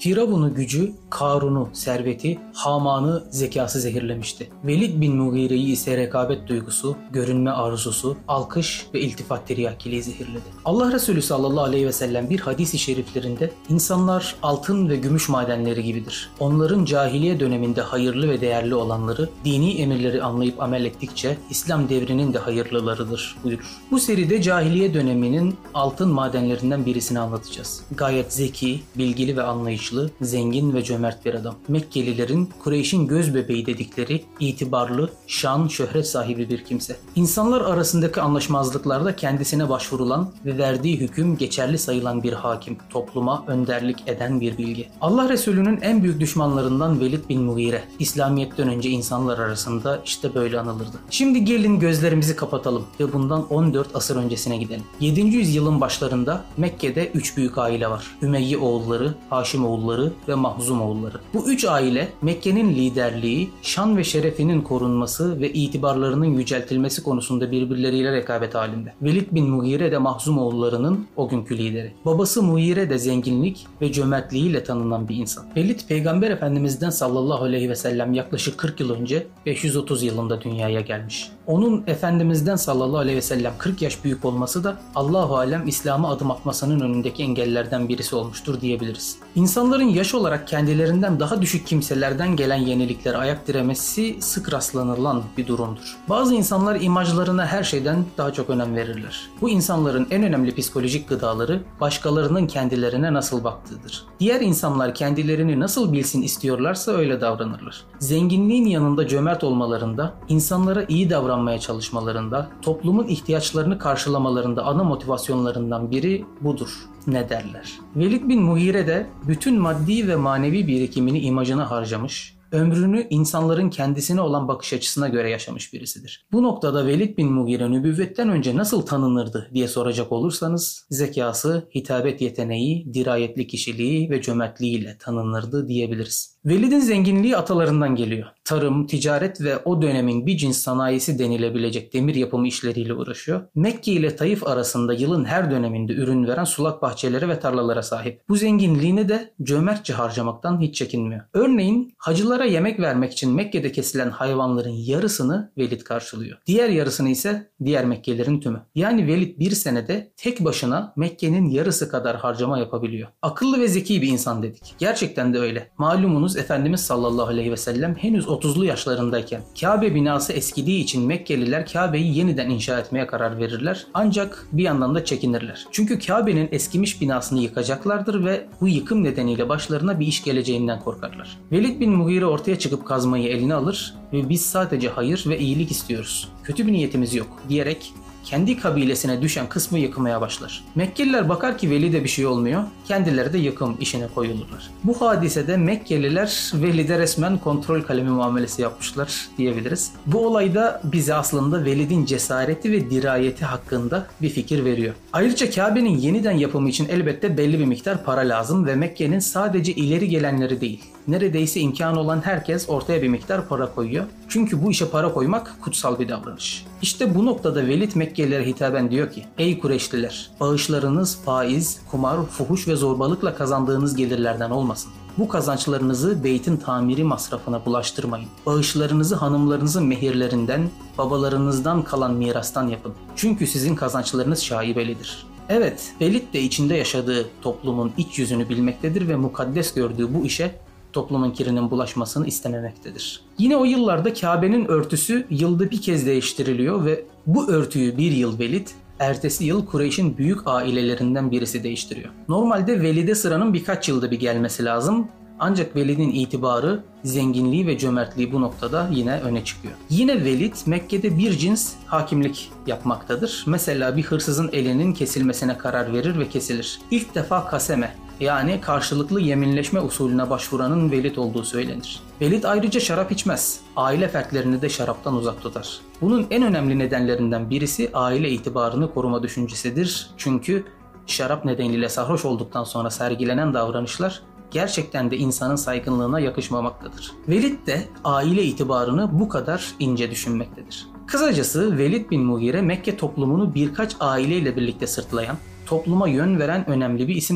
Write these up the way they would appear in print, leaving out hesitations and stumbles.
Firavun'u gücü, Karun'u serveti, Haman'ı zekası zehirlemişti. Velid bin Mughire'yi ise rekabet duygusu, görünme arzusu, alkış ve iltifat tiryakiliği zehirledi. Allah Resulü sallallahu aleyhi ve sellem bir hadis-i şeriflerinde insanlar altın ve gümüş madenleri gibidir. Onların cahiliye döneminde hayırlı ve değerli olanları, dini emirleri anlayıp amel ettikçe İslam devrinin de hayırlılarıdır buyurur. Bu seride cahiliye döneminin altın madenlerinden birisini anlatacağız. Gayet zeki, bilgili ve anlayışlı, zengin ve cömert bir adam. Mekkelilerin Kureyş'in göz bebeği dedikleri itibarlı, şan, şöhret sahibi bir kimse. İnsanlar arasındaki anlaşmazlıklarda kendisine başvurulan ve verdiği hüküm geçerli sayılan bir hakim, topluma önderlik eden bir bilge. Allah Resulü'nün en büyük düşmanlarından Velid bin Mughire, İslamiyet'ten önce insanlar arasında işte böyle anılırdı. Şimdi gelin gözlerimizi kapatalım ve bundan 14 asır öncesine gidelim. 7. yüzyılın başlarında Mekke'de 3 büyük aile var. Ümeyye oğulları, Haşim oğulları ve Mahzum oğulları. Bu 3 aile Mekke'nin liderliği, şan ve şerefinin korunması ve itibarlarının yüceltilmesi konusunda birbirleriyle rekabet halinde. Velid bin Mughire de Mahzum oğullarının o günkü lideri. Babası Mughire de zenginlik ve cömertliğiyle tanınan bir insan. Velid Peygamber Efendimiz'den sallallahu aleyhi ve sellem yaklaşık 40 yıl önce 530 yılında dünyaya gelmiş. Onun Efendimiz'den sallallahu aleyhi ve sellem 40 yaş büyük olması da Allahu alem İslam'a adım atmasının önündeki engellerden birisi olmuştur diyebiliriz. İnsanların yaş olarak kendilerinden daha düşük kimselerden gelen yeniliklere ayak diremesi sık rastlanılan bir durumdur. Bazı insanlar imajlarına her şeyden daha çok önem verirler. Bu insanların en önemli psikolojik gıdaları başkalarının kendilerine nasıl baktığıdır. Diğer insanlar kendilerini nasıl bilsin istiyorlarsa öyle davranırlar. Zenginliğin yanında cömert olmalarında, insanlara iyi davranmaya çalışmalarında, toplumun ihtiyaçlarını karşılamalarında ana motivasyonlarından biri budur. Ne derler? Velid bin Mughire de bütün maddi ve manevi birikimini imajına harcamış, ömrünü insanların kendisine olan bakış açısına göre yaşamış birisidir. Bu noktada Velid bin Mughire nübüvvetten önce nasıl tanınırdı diye soracak olursanız, zekası, hitabet yeteneği, dirayetli kişiliği ve cömertliğiyle tanınırdı diyebiliriz. Velid'in zenginliği atalarından geliyor. Tarım, ticaret ve o dönemin bir cins sanayisi denilebilecek demir yapımı işleriyle uğraşıyor. Mekke ile Taif arasında yılın her döneminde ürün veren sulak bahçeleri ve tarlalara sahip. Bu zenginliğini de cömertçe harcamaktan hiç çekinmiyor. Örneğin hacılara yemek vermek için Mekke'de kesilen hayvanların yarısını Velid karşılıyor. Diğer yarısını ise diğer Mekkelilerin tümü. Yani Velid bir senede tek başına Mekke'nin yarısı kadar harcama yapabiliyor. Akıllı ve zeki bir insan dedik. Gerçekten de öyle. Malumunuz Efendimiz sallallahu aleyhi ve sellem henüz 30'lu yaşlarındayken Kabe binası eskidiği için Mekkeliler Kabe'yi yeniden inşa etmeye karar verirler. Ancak bir yandan da çekinirler. Çünkü Kabe'nin eskimiş binasını yıkacaklardır ve bu yıkım nedeniyle başlarına bir iş geleceğinden korkarlar. Velid bin Mughire ortaya çıkıp kazmayı eline alır ve biz sadece hayır ve iyilik istiyoruz, kötü bir niyetimiz yok diyerek kendi kabilesine düşen kısmı yıkmaya başlar. Mekkeliler bakar ki Velid'e bir şey olmuyor, kendileri de yıkım işine koyulurlar. Bu hadisede Mekkeliler Velid'e resmen kontrol kalemi muamelesi yapmışlar diyebiliriz. Bu olayda bize aslında Velid'in cesareti ve dirayeti hakkında bir fikir veriyor. Ayrıca Kabe'nin yeniden yapımı için elbette belli bir miktar para lazım ve Mekke'nin sadece ileri gelenleri değil, neredeyse imkanı olan herkes ortaya bir miktar para koyuyor. Çünkü bu işe para koymak kutsal bir davranış. İşte bu noktada Velid Mekkelilere hitaben diyor ki: Ey Kureyşliler! Bağışlarınız faiz, kumar, fuhuş ve zorbalıkla kazandığınız gelirlerden olmasın. Bu kazançlarınızı beytin tamiri masrafına bulaştırmayın. Bağışlarınızı hanımlarınızın mehirlerinden, babalarınızdan kalan mirastan yapın. Çünkü sizin kazançlarınız şaibelidir. Evet, Velid de içinde yaşadığı toplumun iç yüzünü bilmektedir ve mukaddes gördüğü bu işe toplumun kirinin bulaşmasını istememektedir. Yine o yıllarda Kabe'nin örtüsü yılda bir kez değiştiriliyor ve bu örtüyü bir yıl Velid, ertesi yıl Kureyş'in büyük ailelerinden birisi değiştiriyor. Normalde Velid'e sıranın birkaç yılda bir gelmesi lazım. Ancak Velid'in itibarı, zenginliği ve cömertliği bu noktada yine öne çıkıyor. Yine Velid Mekke'de bir cins hakimlik yapmaktadır. Mesela bir hırsızın elinin kesilmesine karar verir ve kesilir. İlk defa kaseme, yani karşılıklı yeminleşme usulüne başvuranın Velid olduğu söylenir. Velid ayrıca şarap içmez. Aile fertlerini de şaraptan uzak tutar. Bunun en önemli nedenlerinden birisi aile itibarını koruma düşüncesidir. Çünkü şarap nedeniyle sarhoş olduktan sonra sergilenen davranışlar gerçekten de insanın saygınlığına yakışmamaktadır. Velid de aile itibarını bu kadar ince düşünmektedir. Kısacası Velid bin Mughire Mekke toplumunu birkaç aileyle birlikte sırtlayan, topluma yön veren önemli bir isimdir.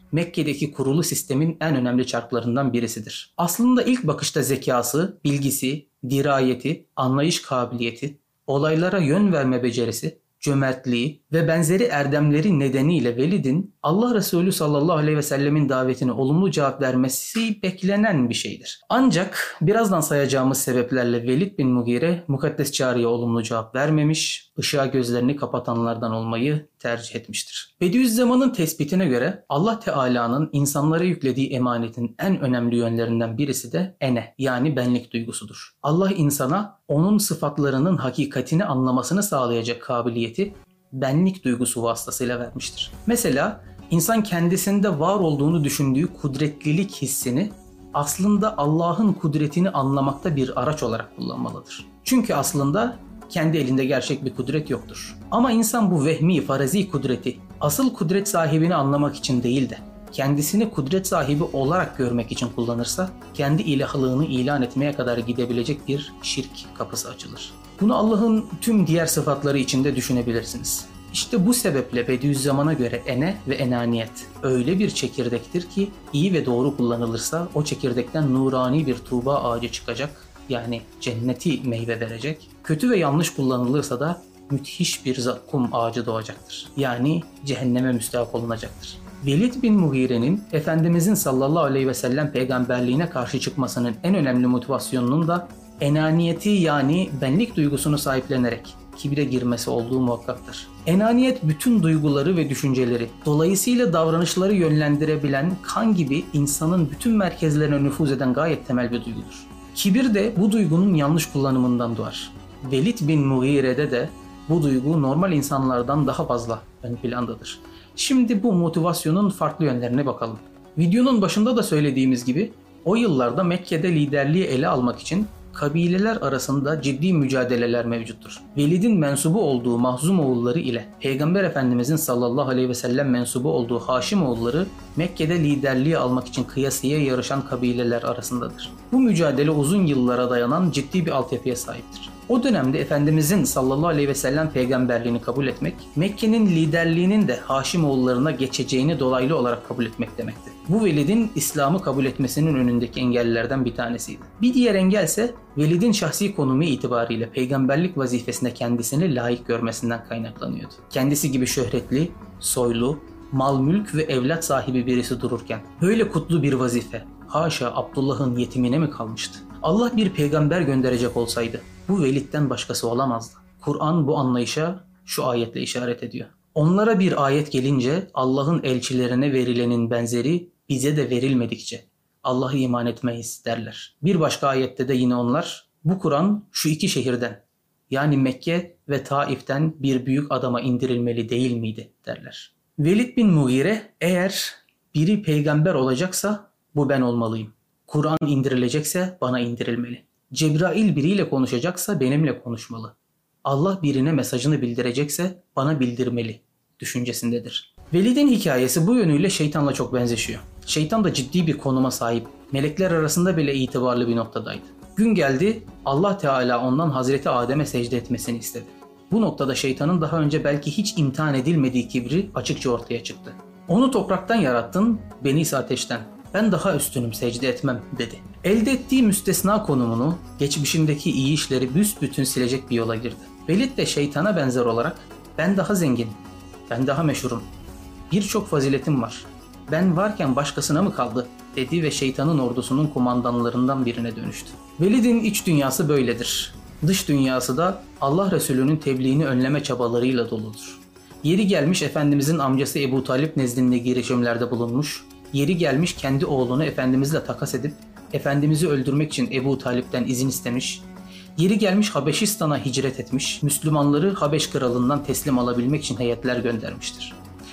Mekke'deki kurulu sistemin en önemli çarklarından birisidir. Aslında ilk bakışta zekası, bilgisi, dirayeti, anlayış kabiliyeti, olaylara yön verme becerisi, cömertliği ve benzeri erdemleri nedeniyle Velid'in Allah Resulü sallallahu aleyhi ve sellemin davetine olumlu cevap vermesi beklenen bir şeydir. Ancak birazdan sayacağımız sebeplerle Velid bin Mugire mukaddes çağrıya olumlu cevap vermemiş, ışığa gözlerini kapatanlardan olmayı tercih etmiştir. Bediüzzaman'ın tespitine göre Allah Teala'nın insanlara yüklediği emanetin en önemli yönlerinden birisi de ene yani benlik duygusudur. Allah insana onun sıfatlarının hakikatini anlamasını sağlayacak kabiliyeti benlik duygusu vasıtasıyla vermiştir. Mesela insan kendisinde var olduğunu düşündüğü kudretlilik hissini aslında Allah'ın kudretini anlamakta bir araç olarak kullanmalıdır. Çünkü aslında kendi elinde gerçek bir kudret yoktur. Ama insan bu vehmi, farazi kudreti asıl kudret sahibini anlamak için değil de kendisini kudret sahibi olarak görmek için kullanırsa kendi ilahlığını ilan etmeye kadar gidebilecek bir şirk kapısı açılır. Bunu Allah'ın tüm diğer sıfatları içinde düşünebilirsiniz. İşte bu sebeple Bediüzzaman'a göre ene ve enaniyet öyle bir çekirdektir ki iyi ve doğru kullanılırsa o çekirdekten nurani bir tuğba ağacı çıkacak, yani cenneti meyve verecek. Kötü ve yanlış kullanılırsa da müthiş bir zakkum ağacı doğacaktır. Yani cehenneme müstahak olunacaktır. Velid bin Mughire'nin Efendimizin sallallahu aleyhi ve sellem peygamberliğine karşı çıkmasının en önemli motivasyonunun da enaniyeti yani benlik duygusunu sahiplenerek kibre girmesi olduğu muhakkaktır. Enaniyet bütün duyguları ve düşünceleri, dolayısıyla davranışları yönlendirebilen kan gibi insanın bütün merkezlerine nüfuz eden gayet temel bir duygudur. Kibir de bu duygunun yanlış kullanımından doğar. Velid bin Mughire'de de bu duygu normal insanlardan daha fazla ön plandadır. Şimdi bu motivasyonun farklı yönlerine bakalım. Videonun başında da söylediğimiz gibi o yıllarda Mekke'de liderliği ele almak için kabileler arasında ciddi mücadeleler mevcuttur. Velid'in mensubu olduğu Mahzum oğulları ile Peygamber Efendimizin sallallahu aleyhi ve sellem mensubu olduğu Haşim oğulları Mekke'de liderliği almak için kıyasıya yarışan kabileler arasındadır. Bu mücadele uzun yıllara dayanan ciddi bir altyapıya sahiptir. O dönemde Efendimizin sallallahu aleyhi ve sellem peygamberliğini kabul etmek, Mekke'nin liderliğinin de Haşimoğullarına geçeceğini dolaylı olarak kabul etmek demekti. Bu Velid'in İslam'ı kabul etmesinin önündeki engellerden bir tanesiydi. Bir diğer engelse Velid'in şahsi konumu itibariyle peygamberlik vazifesine kendisini layık görmesinden kaynaklanıyordu. Kendisi gibi şöhretli, soylu, mal mülk ve evlat sahibi birisi dururken böyle kutlu bir vazife haşa Abdullah'ın yetimine mi kalmıştı? Allah bir peygamber gönderecek olsaydı bu Velid'den başkası olamazdı. Kur'an bu anlayışa şu ayetle işaret ediyor. Onlara bir ayet gelince Allah'ın elçilerine verilenin benzeri bize de verilmedikçe Allah'a iman etmeyiz derler. Bir başka ayette de yine onlar bu Kur'an şu iki şehirden yani Mekke ve Taif'ten bir büyük adama indirilmeli değil miydi derler. Velid bin Mughire eğer biri peygamber olacaksa bu ben olmalıyım. Kur'an indirilecekse bana indirilmeli. Cebrail biriyle konuşacaksa benimle konuşmalı. Allah birine mesajını bildirecekse bana bildirmeli düşüncesindedir. Velid'in hikayesi bu yönüyle şeytanla çok benzeşiyor. Şeytan da ciddi bir konuma sahip. Melekler arasında bile itibarlı bir noktadaydı. Gün geldi Allah Teala ondan Hazreti Adem'e secde etmesini istedi. Bu noktada şeytanın daha önce belki hiç imtihan edilmediği kibri açıkça ortaya çıktı. Onu topraktan yarattın, beni ise ateşten. Ben daha üstünüm, secde etmem dedi. Elde ettiği müstesna konumunu, geçmişindeki iyi işleri büsbütün silecek bir yola girdi. Velid de şeytana benzer olarak ben daha zengin, ben daha meşhurum, birçok faziletim var, ben varken başkasına mı kaldı dedi ve şeytanın ordusunun kumandanlarından birine dönüştü. Velid'in iç dünyası böyledir. Dış dünyası da Allah Resulü'nün tebliğini önleme çabalarıyla doludur. Yeri gelmiş Efendimizin amcası Ebu Talip nezdinde girişimlerde bulunmuş, yeri gelmiş kendi oğlunu Efendimizle takas edip Efendimiz'i öldürmek için Ebu Talip'ten izin istemiş, yeri gelmiş Habeşistan'a hicret etmiş, Müslümanları Habeş kralından teslim alabilmek için heyetler göndermiştir.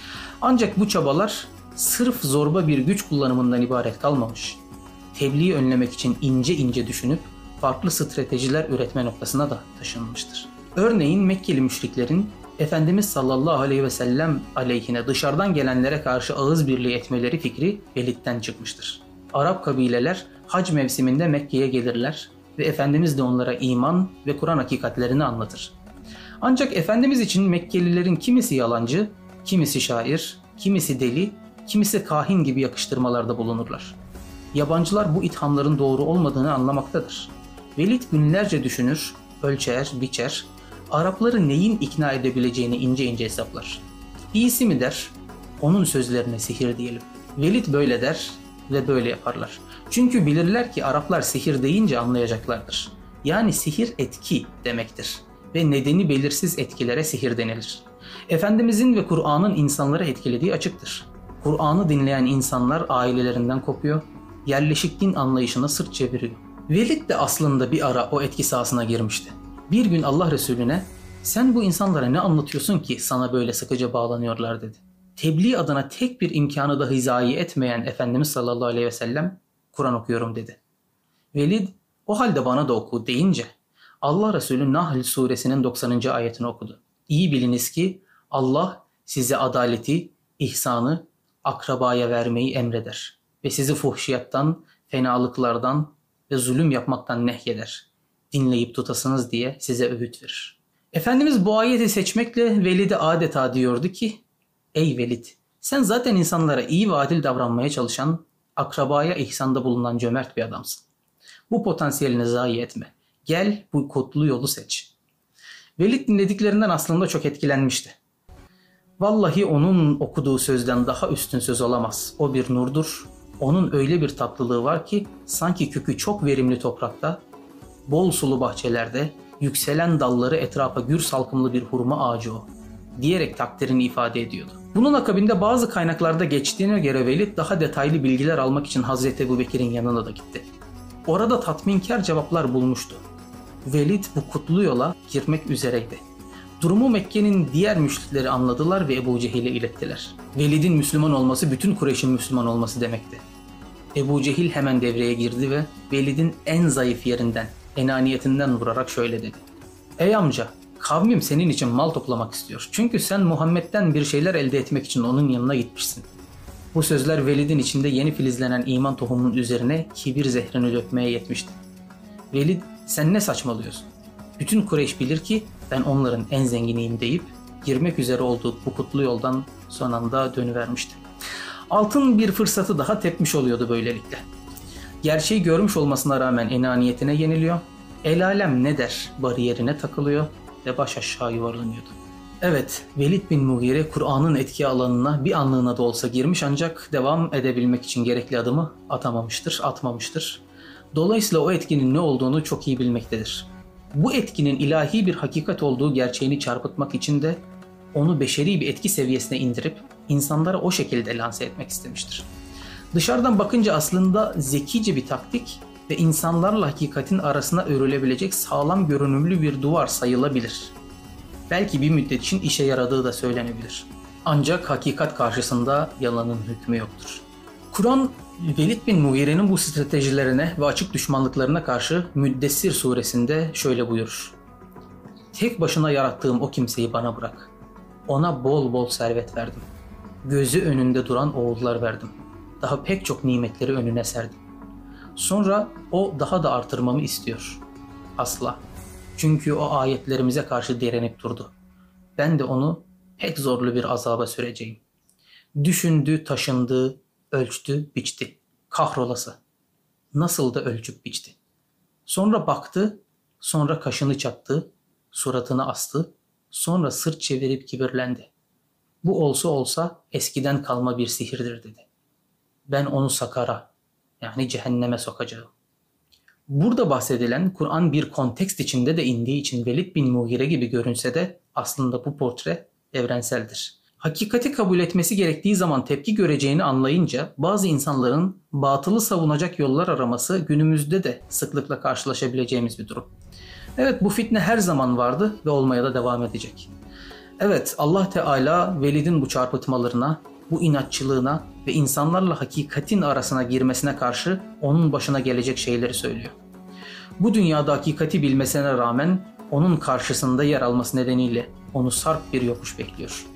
Ancak bu çabalar sırf zorba bir güç kullanımından ibaret kalmamış, tebliği önlemek için ince ince düşünüp farklı stratejiler üretme noktasına da taşınmıştır. Örneğin Mekkeli müşriklerin Efendimiz sallallahu aleyhi ve sellem aleyhine dışarıdan gelenlere karşı ağız birliği etmeleri fikri Velid'den çıkmıştır. Arap kabileler hac mevsiminde Mekke'ye gelirler ve Efendimiz de onlara iman ve Kur'an hakikatlerini anlatır. Ancak Efendimiz için Mekkelilerin kimisi yalancı, kimisi şair, kimisi deli, kimisi kahin gibi yakıştırmalarda bulunurlar. Yabancılar bu ithamların doğru olmadığını anlamaktadır. Velid günlerce düşünür, ölçer, biçer, Arapları neyin ikna edebileceğini ince ince hesaplar. İyisi mi der, onun sözlerine sihir diyelim. Velid böyle der ve böyle yaparlar. Çünkü bilirler ki Araplar sihir deyince anlayacaklardır. Yani sihir etki demektir ve nedeni belirsiz etkilere sihir denilir. Efendimizin ve Kur'an'ın insanları etkilediği açıktır. Kur'an'ı dinleyen insanlar ailelerinden kopuyor, yerleşik din anlayışına sırt çeviriyor. Velid de aslında bir ara o etki sahasına girmişti. Bir gün Allah Resulüne "Sen bu insanlara ne anlatıyorsun ki sana böyle sıkıca bağlanıyorlar?" dedi. Tebliğ adına tek bir imkanı dahi zayi etmeyen Efendimiz sallallahu aleyhi ve sellem "Kur'an okuyorum" dedi. Velid "O halde bana da oku" deyince Allah Resulü Nahl suresinin 90. ayetini okudu. İyi biliniz ki Allah size adaleti, ihsanı, akrabaya vermeyi emreder ve sizi fuhşiyattan, fenalıklardan ve zulüm yapmaktan nehyeder. Dinleyip tutasınız diye size öğüt verir. Efendimiz bu ayeti seçmekle Velid'e adeta diyordu ki, "Ey Velid, sen zaten insanlara iyi ve adil davranmaya çalışan, akrabaya ihsanda bulunan cömert bir adamsın. Bu potansiyelini zayi etme. Gel bu kutlu yolu seç." Velid dinlediklerinden aslında çok etkilenmişti. Vallahi onun okuduğu sözden daha üstün söz olamaz. O bir nurdur. Onun öyle bir tatlılığı var ki sanki kökü çok verimli toprakta, bol sulu bahçelerde, yükselen dalları etrafa gür salkımlı bir hurma ağacı o, diyerek takdirini ifade ediyordu. Bunun akabinde bazı kaynaklarda geçtiğine göre Velid daha detaylı bilgiler almak için Hazreti Ebubekir'in yanına da gitti. Orada tatminkar cevaplar bulmuştu. Velid bu kutlu yola girmek üzereydi. Durumu Mekke'nin diğer müşrikleri anladılar ve Ebu Cehil'e ilettiler. Velid'in Müslüman olması bütün Kureyş'in Müslüman olması demekti. Ebu Cehil hemen devreye girdi ve Velid'in en zayıf yerinden, enaniyetinden vurarak şöyle dedi. "Ey amca, kavmim senin için mal toplamak istiyor. Çünkü sen Muhammed'den bir şeyler elde etmek için onun yanına gitmişsin." Bu sözler Velid'in içinde yeni filizlenen iman tohumunun üzerine kibir zehrini dökmeye yetmişti. Velid, "Sen ne saçmalıyorsun? Bütün Kureyş bilir ki ben onların en zenginiyim" deyip girmek üzere olduğu bu kutlu yoldan son anda dönüvermişti. Altın bir fırsatı daha tepmiş oluyordu böylelikle. Gerçeği görmüş olmasına rağmen enaniyetine yeniliyor, el alem ne der bariyerine takılıyor ve baş aşağı yuvarlanıyordu. Evet, Velid bin Mughire Kur'an'ın etki alanına bir anlığına da olsa girmiş ancak devam edebilmek için gerekli adımı atmamıştır. Dolayısıyla o etkinin ne olduğunu çok iyi bilmektedir. Bu etkinin ilahi bir hakikat olduğu gerçeğini çarpıtmak için de onu beşeri bir etki seviyesine indirip insanlara o şekilde lanse etmek istemiştir. Dışarıdan bakınca aslında zekice bir taktik ve insanlarla hakikatin arasına örülebilecek sağlam görünümlü bir duvar sayılabilir. Belki bir müddet için işe yaradığı da söylenebilir. Ancak hakikat karşısında yalanın hükmü yoktur. Kur'an, Velid bin Mughire'nin bu stratejilerine ve açık düşmanlıklarına karşı Müddessir suresinde şöyle buyurur. "Tek başına yarattığım o kimseyi bana bırak. Ona bol bol servet verdim. Gözü önünde duran oğullar verdim. Daha pek çok nimetleri önüne serdim. Sonra o daha da artırmamı istiyor. Asla. Çünkü o ayetlerimize karşı direnip durdu. Ben de onu pek zorlu bir azaba süreceğim. Düşündü, taşındı, ölçtü, biçti. Kahrolası. Nasıl da ölçüp biçti. Sonra baktı, sonra kaşını çattı, suratını astı, sonra sırt çevirip kibirlendi. Bu olsa olsa eskiden kalma bir sihirdir" dedi. "Ben onu sakara, yani cehenneme sokacağım." Burada bahsedilen Kur'an bir kontekst içinde de indiği için Velid bin Mughire gibi görünse de aslında bu portre evrenseldir. Hakikati kabul etmesi gerektiği zaman tepki göreceğini anlayınca bazı insanların batılı savunacak yollar araması günümüzde de sıklıkla karşılaşabileceğimiz bir durum. Evet, bu fitne her zaman vardı ve olmaya da devam edecek. Evet, Allah Teala Velid'in bu çarpıtmalarına, bu inatçılığına ve insanlarla hakikatin arasına girmesine karşı onun başına gelecek şeyleri söylüyor. Bu dünyada hakikati bilmesine rağmen onun karşısında yer alması nedeniyle onu sarp bir yokuş bekliyor.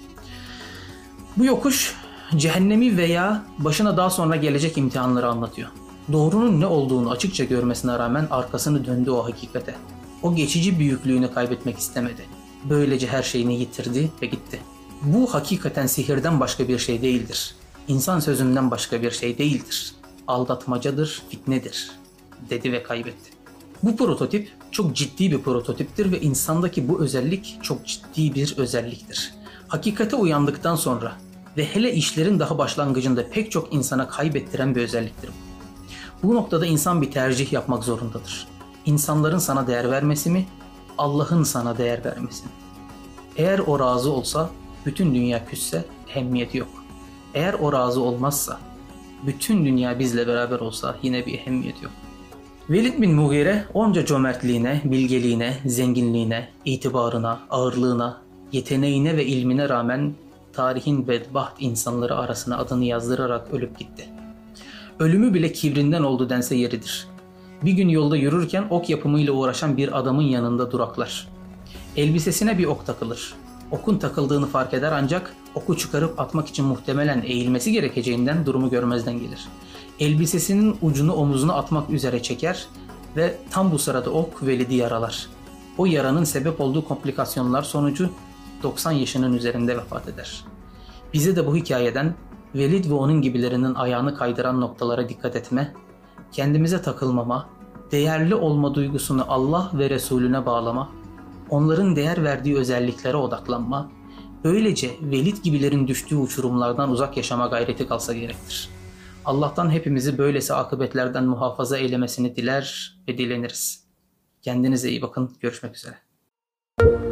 Bu yokuş cehennemi veya başına daha sonra gelecek imtihanları anlatıyor. Doğrunun ne olduğunu açıkça görmesine rağmen arkasını döndü o hakikate. O geçici büyüklüğünü kaybetmek istemedi. Böylece her şeyini yitirdi ve gitti. Bu hakikaten sihirden başka bir şey değildir. İnsan sözünden başka bir şey değildir. Aldatmacadır, fitnedir, dedi ve kaybetti. Bu prototip çok ciddi bir prototiptir ve insandaki bu özellik çok ciddi bir özelliktir. Hakikate uyandıktan sonra ve hele işlerin daha başlangıcında pek çok insana kaybettiren bir özelliktir bu. Bu noktada insan bir tercih yapmak zorundadır. İnsanların sana değer vermesi mi, Allah'ın sana değer vermesi mi? Eğer o razı olsa, bütün dünya küsse ehemmiyeti yok. Eğer o razı olmazsa, bütün dünya bizle beraber olsa yine bir ehemmiyeti yok. Velid bin Mughire onca cömertliğine, bilgeliğine, zenginliğine, itibarına, ağırlığına, yeteneğine ve ilmine rağmen tarihin bedbaht insanları arasına adını yazdırarak ölüp gitti. Ölümü bile kibrinden oldu dense yeridir. Bir gün yolda yürürken ok yapımıyla uğraşan bir adamın yanında duraklar. Elbisesine bir ok takılır. Okun takıldığını fark eder ancak oku çıkarıp atmak için muhtemelen eğilmesi gerekeceğinden durumu görmezden gelir. Elbisesinin ucunu omuzuna atmak üzere çeker ve tam bu sırada ok Velid'i yaralar. O yaranın sebep olduğu komplikasyonlar sonucu 90 yaşının üzerinde vefat eder. Bize de bu hikayeden Velid ve onun gibilerinin ayağını kaydıran noktalara dikkat etme, kendimize takılmama, değerli olma duygusunu Allah ve Resulüne bağlama, onların değer verdiği özelliklere odaklanma, böylece Velid gibilerin düştüğü uçurumlardan uzak yaşama gayreti kalsa gerektir. Allah'tan hepimizi böylesi akıbetlerden muhafaza eylemesini diler ve dileniriz. Kendinize iyi bakın, görüşmek üzere.